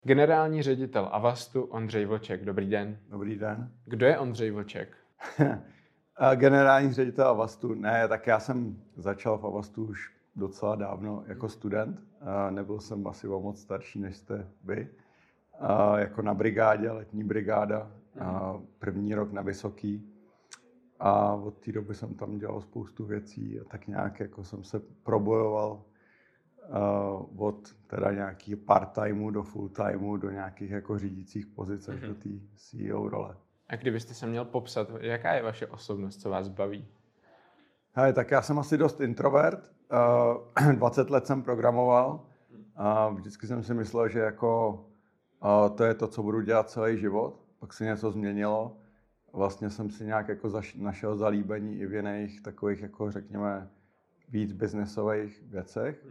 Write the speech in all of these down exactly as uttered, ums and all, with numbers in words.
Generální ředitel Avastu Ondřej Vlček. Dobrý den. Dobrý den. Kdo je Ondřej Vlček? Generální ředitel Avastu. Ne, tak já jsem začal v Avastu už docela dávno jako student. Nebyl jsem asi o moc starší, než jste vy. Jako na brigádě, letní brigáda, první rok na Vysoký. A od té doby jsem tam dělal spoustu věcí a tak nějak jako jsem se probojoval uh, od teda nějaký part-timeu do full-timeu do nějakých jako řídících pozic až mm-hmm. do té C E O role. A kdybyste se měl popsat, jaká je vaše osobnost, co vás baví? Hej, tak já jsem asi dost introvert. Uh, dvacet let jsem programoval a vždycky jsem si myslel, že jako uh, to je to, co budu dělat celý život. Pak se něco změnilo. Vlastně jsem si nějak jako zaš- našel zalíbení i v jiných takových, jako řekněme, víc biznesových věcech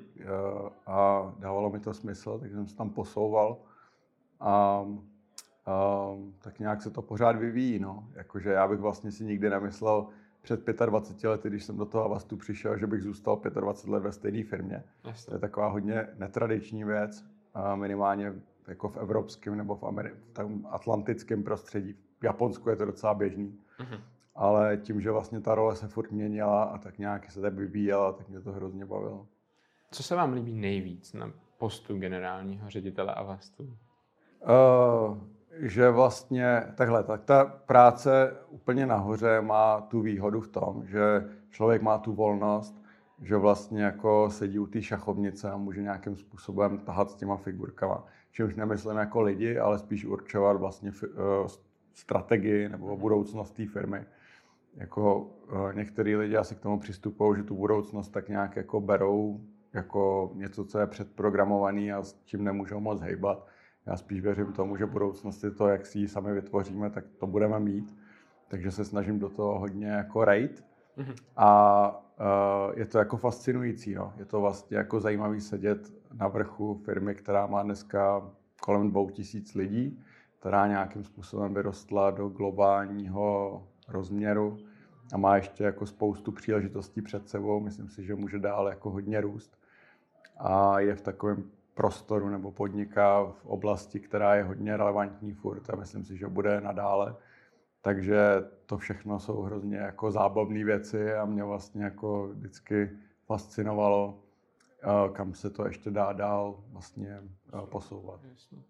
a dávalo mi to smysl, takže jsem se tam posouval a, a tak nějak se to pořád vyvíjí, no. Jakože já bych vlastně si nikdy nemyslel před dvaceti pěti lety, když jsem do toho Avastu přišel, že bych zůstal dvacet pět let ve stejné firmě. Jasně. To je taková hodně netradiční věc, minimálně jako v evropském nebo v, Ameri- v tom atlantickém prostředí. V Japonsku je to docela běžný, mm-hmm. ale tím, že vlastně ta role se furt měnila a tak nějak se tak vyvíjela, tak mě to hrozně bavilo. Co se vám líbí nejvíc na postu generálního ředitele Avastu? Uh, že vlastně takhle, tak ta práce úplně nahoře má tu výhodu v tom, že člověk má tu volnost, že vlastně jako sedí u té šachovnice a může nějakým způsobem tahat s těma figurkama. Čímž nemyslím jako lidi, ale spíš určovat vlastně uh, strategii nebo budoucnost té firmy. Jako uh, některý lidi asi k tomu přistupují, že tu budoucnost tak nějak jako berou jako něco, co je předprogramovaný a s čím nemůžou moc hejbat. Já spíš věřím tomu, že budoucnost je to, jak si ji sami vytvoříme, tak to budeme mít. Takže se snažím do toho hodně jako rejt. Mm-hmm. A uh, je to jako fascinující. No. Je to vlastně jako zajímavý sedět na vrchu firmy, která má dneska kolem dvou tisíc lidí, která nějakým způsobem vyrostla do globálního rozměru a má ještě jako spoustu příležitostí před sebou. Myslím si, že může dál jako hodně růst. A je v takovém prostoru nebo podniká v oblasti, která je hodně relevantní furt a myslím si, že bude nadále. Takže to všechno jsou hrozně jako zábavné věci a mě vlastně jako vždycky fascinovalo, kam se to ještě dá dál vlastně posouvat.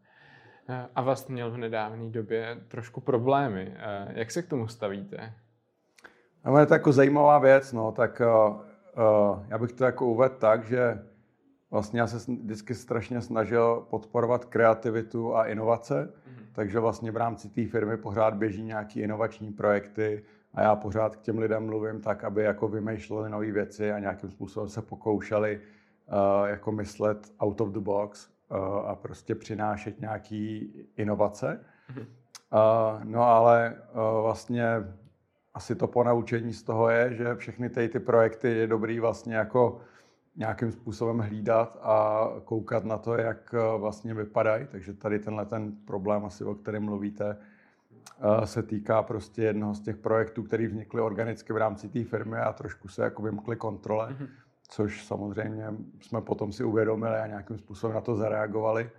A vlastně měl v nedávné době trošku problémy. Jak se k tomu stavíte? No, je to jako zajímavá věc, no, tak uh, uh, já bych to jako uvedl tak, že vlastně já se vždycky strašně snažil podporovat kreativitu a inovace, mm-hmm. takže vlastně v rámci té firmy pořád běží nějaké inovační projekty a já pořád k těm lidem mluvím tak, aby jako vymýšleli nové věci a nějakým způsobem se pokoušeli uh, jako myslet out of the box uh, a prostě přinášet nějaký inovace. Mm-hmm. Uh, no ale uh, vlastně asi to ponaučení z toho je, že všechny ty, ty projekty je dobrý vlastně jako nějakým způsobem hlídat a koukat na to, jak vlastně vypadají. Takže tady tenhle ten problém, asi o kterém mluvíte, se týká prostě jednoho z těch projektů, který vznikly organicky v rámci té firmy a trošku se jako vymkly kontrole, mm-hmm. což samozřejmě jsme potom si uvědomili a nějakým způsobem na to zareagovali.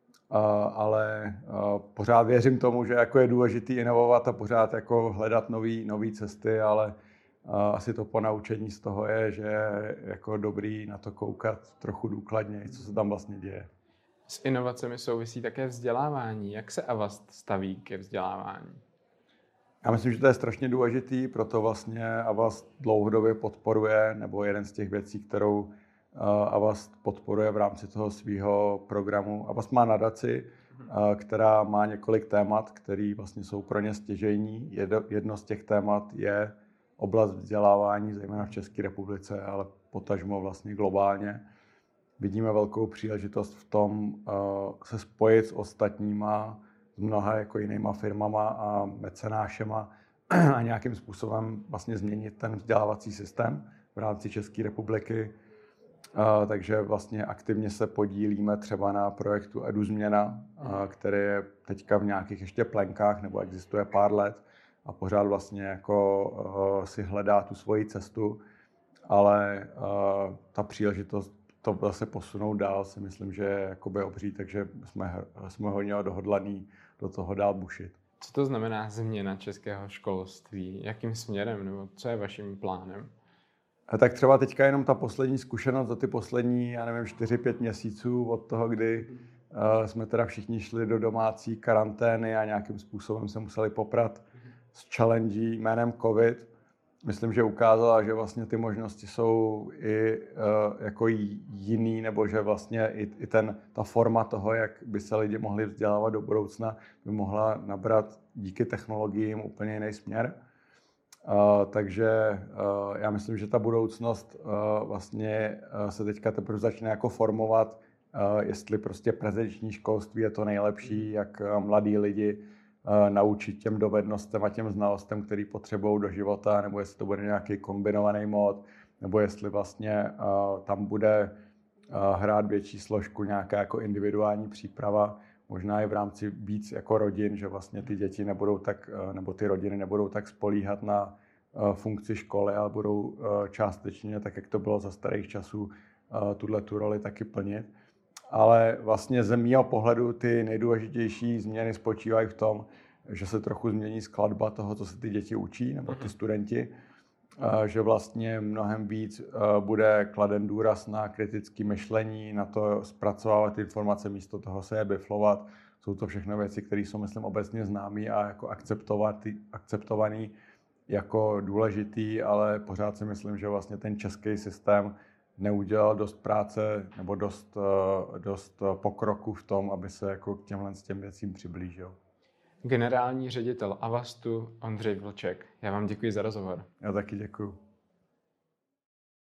Ale pořád věřím tomu, že jako je důležitý inovovat a pořád jako hledat nový, nový cesty, ale asi to ponaučení z toho je, že je jako dobrý na to koukat trochu důkladněji, co se tam vlastně děje. S inovacemi souvisí také vzdělávání. Jak se Avast staví ke vzdělávání? Já myslím, že to je strašně důležitý, proto vlastně Avast dlouhodobě podporuje, nebo jeden z těch věcí, kterou Avast podporuje v rámci toho svého programu. Avast má nadaci, která má několik témat, které vlastně jsou pro ně stěžejní. Jedno z těch témat je oblast vzdělávání, zejména v České republice, ale potažmo vlastně globálně. Vidíme velkou příležitost v tom uh, se spojit s ostatníma, s mnoha jako jinýma firmama a mecenášema a nějakým způsobem vlastně změnit ten vzdělávací systém v rámci České republiky. Uh, takže vlastně aktivně se podílíme třeba na projektu EduZměna, uh, který je teďka v nějakých ještě plenkách nebo existuje pár let a pořád vlastně jako uh, si hledá tu svoji cestu, ale uh, ta příležitost to zase posunout dál, si myslím, že je jakoby obří, takže jsme, jsme hodně dohodlaný do toho dál bušit. Co to znamená změna českého školství? Jakým směrem, nebo co je vaším plánem? A tak třeba teďka jenom ta poslední zkušenost za ty poslední, já nevím, čtyři pět měsíců od toho, kdy uh, jsme teda všichni šli do domácí karantény a nějakým způsobem se museli poprat s challenge jménem COVID. Myslím, že ukázala, že vlastně ty možnosti jsou i uh, jako jiný, nebo že vlastně i, i ten, ta forma toho, jak by se lidi mohli vzdělávat do budoucna, by mohla nabrat díky technologiím úplně jiný směr. Uh, takže uh, já myslím, že ta budoucnost uh, vlastně uh, se teďka teprve začne jako formovat, uh, jestli prostě prezenční školství je to nejlepší, jak uh, mladí lidi uh, naučit těm dovednostem a těm znalostem, který potřebují do života, nebo jestli to bude nějaký kombinovaný mod, nebo jestli vlastně uh, tam bude uh, hrát větší složku nějaká jako individuální příprava, možná i v rámci víc jako rodin, že vlastně ty děti nebudou tak, nebo ty rodiny nebudou tak spolíhat na funkci školy, ale budou částečně, tak jak to bylo za starých časů, tuhle tu roli taky plnit. Ale vlastně z mého pohledu ty nejdůležitější změny spočívají v tom, že se trochu změní skladba toho, co se ty děti učí, nebo ty studenti, že vlastně mnohem víc bude kladen důraz na kritické myšlení, na to zpracovávat informace místo toho se je biflovat. Jsou to všechno věci, které jsou, myslím, obecně známé a jako akceptované jako důležitý, ale pořád si myslím, že vlastně ten český systém neudělal dost práce nebo dost, dost pokroku v tom, aby se jako k těmhle s těm věcím přiblížil. Generální ředitel Avastu Ondřej Vlček. Já vám děkuji za rozhovor. Já taky děkuji.